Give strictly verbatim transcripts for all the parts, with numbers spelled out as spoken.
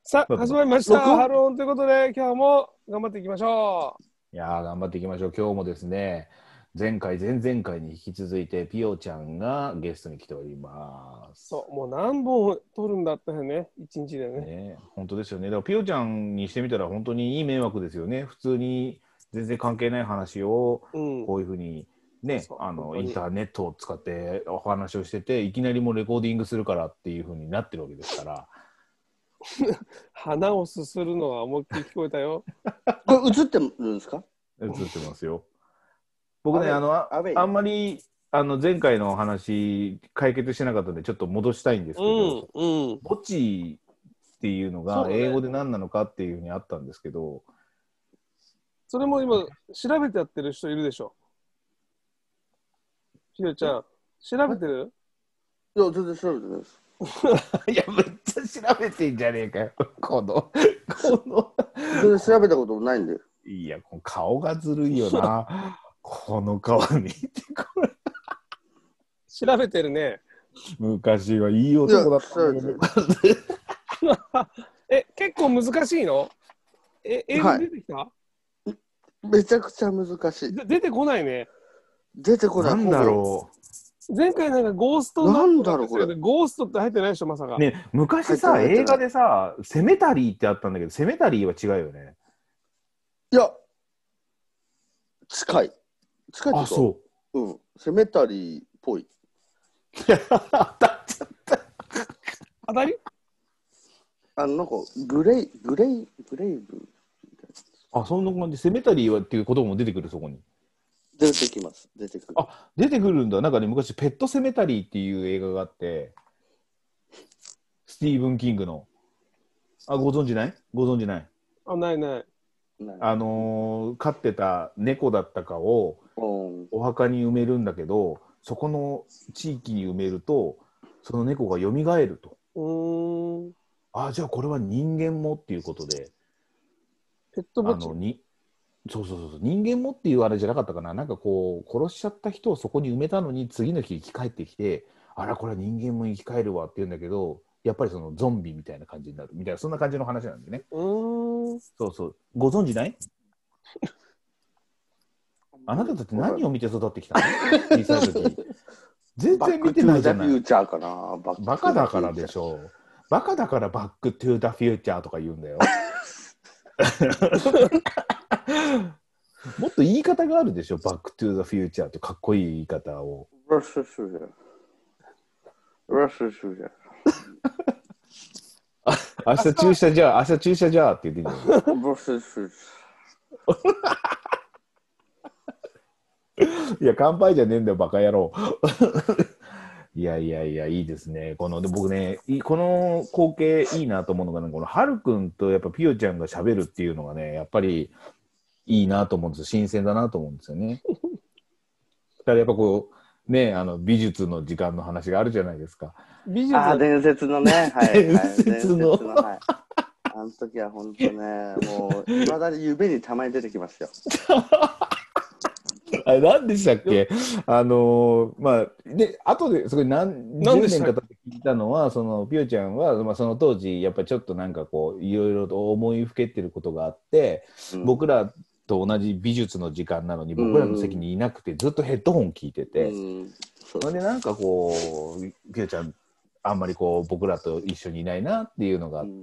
さあ、始まりました。 録音ハローンということで、今日も頑張っていきましょいやー頑張っていきましょう。今日もですね、前回、前々回に引き続いて、ピオちゃんがゲストに来ておりまう。 す。 そう、もう何本撮るんだったよね、一日でね。 ね、本当ですよね。だからピオちゃんにしてみたら本当にいい迷惑ですよね。普通に全然関係ない話をうん。 こういうふうにね、 そうあの本当にインターネットを使ってお話をしてて、いきなりもうレコーディングするからっていうふうになってるわけですから。 鼻をすするのは思いっきり聞こえたよ。 これ映ってるんですか？ 映ってますよ。僕ね、 アウェイあのあアウェイあんまりあの前回の話解決してなかったんでちょっと戻したいんですけど、 うん、うん。 墓地っていうのがそうだね英語で何なのかっていうふうにあったんですけど、 それも今、調べてやってる人いるでしょ。ひよちゃん、調べてる？ いや、全然調べてないです。 いやめっちゃ調べてんじゃねえかよこのこの全然調べたことないんで。 いやこの顔がずるいよなこの顔見てこれ調べてるね。 昔はいい男だったんだけどえ、結構難しいの？え、英語出てきた？ めちゃくちゃ難しい。 で出てこないね。 出てこない。 なんだろ前回なんかゴーストなんだろうこれゴーストって入ってないでしょ、まさか。 うね。昔さ入ってない映画でさセメタリーってあったんだけど、セメタリーは違うよね。 いや、近い。近いっていうか、 あそう。 うん。セメタリーっぽい。 当たり？ あの、なんか、グレイ、グレイ、グレイブ。 あ、そんな感じ。セメタリーはっていう言葉も出てくる、そこに。 出てきます。出てくる。 あ、出てくるんだ。なんかね、昔、ペットセメタリーっていう映画があって、スティーブン・キングの。あ、ご存知ないご存知ないあ、ないない。 ないあのー飼ってた猫だったかをうんお墓に埋めるんだけど、そこの地域に埋めると、その猫が蘇ると。 うーん。 あ、じゃあこれは人間もっていうことで、 ペット墓地あの。にそうそうそうそう、人間もっていうあれじゃなかったかな、なんかこう殺しちゃった人をそこに埋めたのに次の日生き返ってきて、あらこれは人間も生き返るわって言うんだけど、やっぱりそのゾンビみたいな感じになるみたいな、そんな感じの話なんでね。 うーん。 そうそう、ご存知ない？あなたたち何を見て育ってきたの？小さい時全然見てないじゃない。 バックトゥーザフューチャーかな。バックトゥーザバカだからでしょ。 ょう。バカだからバックトゥーザフューチャーとか言うんだよ。もっと言い方があるでしょ。バックトゥーザフューチャーってかっこいい言い方を。 ラッシュシュージャー。ラッシュシュージャー。 明日注射じゃあ、明日注射じゃあって言ってんじゃん。 ラッシュシュージいや、乾杯じゃねえんだよ、バカ野郎。いやいやいや、いいですね。この、で僕ね、いこの光景いいなと思うのがね、このハルくんとやっぱピオちゃんが喋るっていうのがね、やっぱりいいなと思うんですよ。新鮮だなと思うんですよね。だからやっぱこう、ね、あの、美術の時間の話があるじゃないですか。 美術。 ああ、伝説のね。はい、はい。 伝説の伝はい。あの時は本当ね、もう、いまだに夢にたまに出てきますよ。 あれ何でしたっけ？あのーまあで後でそこに何十何でした年か経って聞いたのは、そのピオちゃんは、まあ、その当時やっぱりちょっとなんかこういろいろと思いふけってることがあって、 うん、 僕らと同じ美術の時間なのに僕らの席にいなくて、ずっとヘッドホン聞いてて、 うん、 それでなんかこうピオちゃんあんまりこう僕らと一緒にいないなっていうのがあって、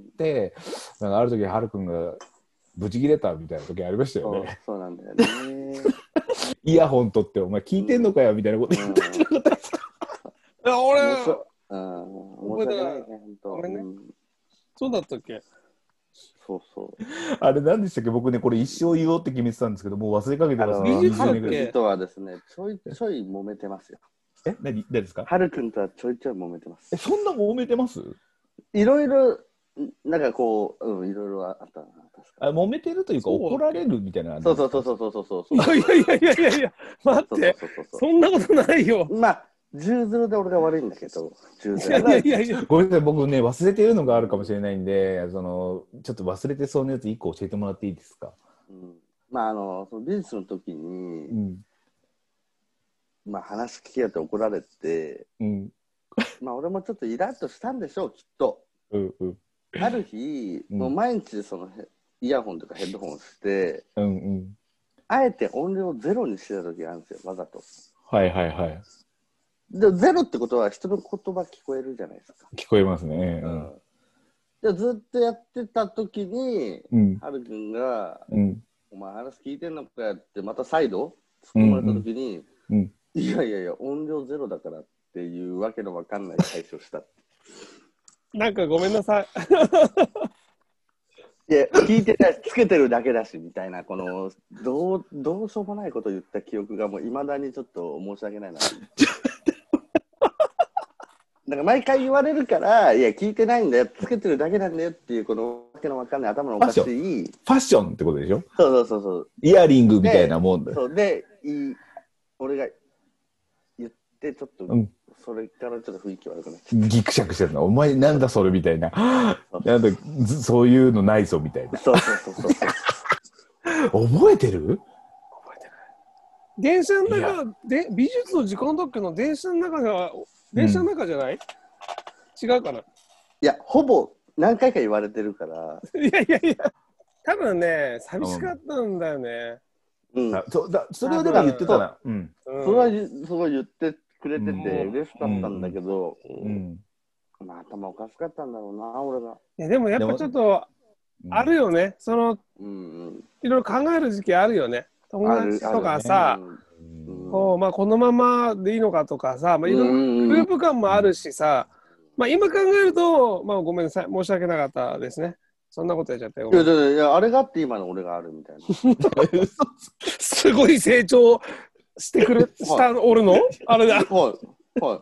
うん、なんかある時ハルくんがブチ切れたみたいな時ありましたよね。 そう、そうなんだよね。 イヤホン取ってお前聞いてんのかよみたいなこと言ってなかったですか？ いや、俺、 うん、申し訳ないね、本当。 ごめんねうん、 そうだったっけ？ そうそう。 あれ何でしたっけ？僕ねこれ一生言おうって決めてたんですけど、もう忘れかけてますね。 美術だっけにじゅうねんぐらいとはですね、ちょいちょい揉めてますよ。 え、何何ですか？ はるくんとはちょいちょい揉めてます。 え、そんな揉めてます？ いろいろ、なんかこう、うん、いろいろあったな、確かあ、揉めてるというか怒られるみたいな。 そうそうそうそうそうそうそう。 いやいやいやいやいやいや、待って、 そうそうそうそうそんなことないよ。 まあ、じゅうゼロで俺が悪いんだけど、じゅういやゼロ。 いやいやいや。 ごめんなさい、僕ね忘れてるのがあるかもしれないんで、そのちょっと忘れてそうなやつ一個教えてもらっていいですか？ うん、まあ、あの、その美術の時に、 うん、 まあ話聞けって怒られて、 うん、 まあ俺もちょっとイラッとしたんでしょう、きっと。 うん、うん。 ある日、 うんもう毎日そのヘイヤホンとかヘッドホンをして、 うんうん。 あえて音量をゼロにしてた時があるんですよ、わざと。 はいはいはい。 でゼロってことは人の言葉聞こえるじゃないですか。 聞こえますね。ううんん、でずっとやってた時に、 うん。 はるくんが、 うん。 お前話聞いてんのかよってまた再度突っ込まれた時に、 うん。 いやいやいや、音量ゼロだからっていうわけのわかんない対処した。 なんかごめんなさい。 いや、聞いてない、つけてるだけだしみたいな、このどうどうしようもないことを言った記憶がもういまだにちょっと申し訳ないな。なんか毎回言われるから、いや、聞いてないんだよ、つけてるだけなんだよっていう、このわけのわかんない頭のおかしい。 ファッションってことでしょ。 そうそうそうそう。 イヤリングみたいなもんだよ。 そうで、いい俺が言って、ちょっと、 うん、 それからちょっと雰囲気悪くなっちゃった。 ギクシャクしてるの。お前なんだそれみたいな。なんだずそういうのないぞみたいな。 そうそうそうそう。 覚えてる？ 電車の中で美術の時間だっけの電車の中が電車の中じゃない？うん、違うかな。いや、ほぼ何回か言われてるから。 いやいやいや、多分ね、寂しかったんだよね。 うん、 そ, だそれはでも言ってたな。うん、 それはすごい言ってくれてて嬉しかったんだけど、 うん、 うん、まあ、頭おかしかったんだろうな、俺が。 いやでもやっぱちょっとあるよね、その、うんうん、いろいろ考える時期あるよね。友達とかさ、ね、こうまあ、このままでいいのかとかさ、まあ、いろいろグループ感もあるしさ、まあ、今考えると、まあ、ごめんなさい、申し訳なかったですね。そんなことやっちゃって。いやいやいや、あれがあって今の俺があるみたいな。 すごい成長してくれしたおるのあれだ。 はいはい。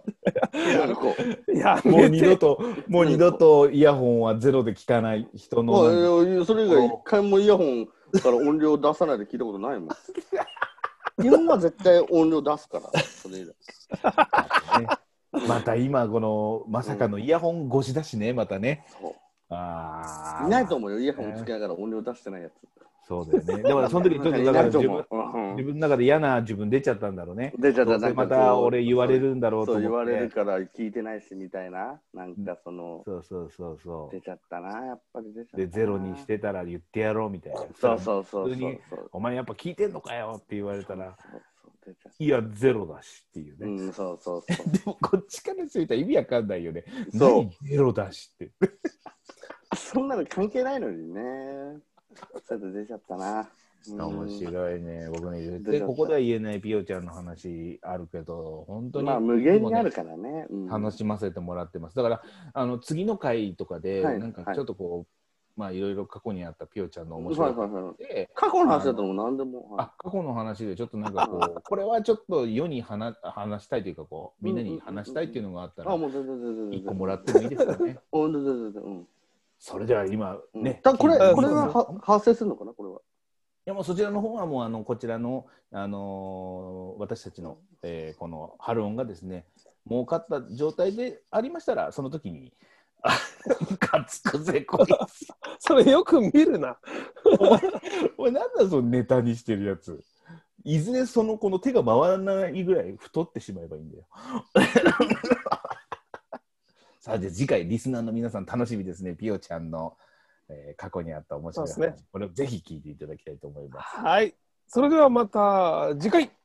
いやもう二度ともう二度とイヤホンはゼロで聞かない人の。 それ以外一回もイヤホンから音量出さないで聞いたことないもん。今は絶対音量出すから。それ以来。また今このまさかのイヤホン越しだしね、またね。 そうあいないと思うよ、イヤホンつけながら音量出してないやつ。 そうだよね。でもその時ちょっとだから自分、自分の中で嫌な自分出ちゃったんだろうね。 出ちゃった。 また俺言われるんだろうと思って。 そう言われるから聞いてないしみたいな。なんかその、 そうそうそうそう。 出ちゃったな、やっぱり出ちゃった。 で、ゼロにしてたら言ってやろうみたいな。 そうそうそうそう。 お前やっぱ聞いてんのかよって言われたら、いや、ゼロだしっていうね。 うん、そうそうそう。 でもこっちからすると意味わかんないよね。そう。ゼロだしって。 そんなの関係ないのにね。ちょっと出ちゃったな。 面白いね。僕ね、絶対ここでは言えないピオちゃんの話あるけど、本当に、 まあ、無限にあるからね、 うん、楽しませてもらってます。だからあの次の回とかで、はい、なんかちょっとこう、はい、まあいろいろ過去にあったピオちゃんの面白い話で、はいはいはい、 過去の話だとも何でも、 はい、あ過去の話でちょっとなんかこうこれはちょっと世に話話したいというかこうみんなに話したいっていうのがあったら、一個もらってもいいですかね。それでは今ね、 うん、これこれはは発生するのかなこれは。 いやもうそちらの方はもうあのこちらの、あのー、私たちの、えー、このハルオンがですね儲かった状態でありましたらその時にかつくぜこいつそれよく見るなお前なんだそのネタにしてるやついずれそのこの手が回らないぐらい太ってしまえばいいんだよさあじゃあ次回リスナーの皆さん楽しみですねピオちゃんのえー、過去にあった面白い話、ね、これをぜひ聞いていただきたいと思います。 はい、それではまた次回。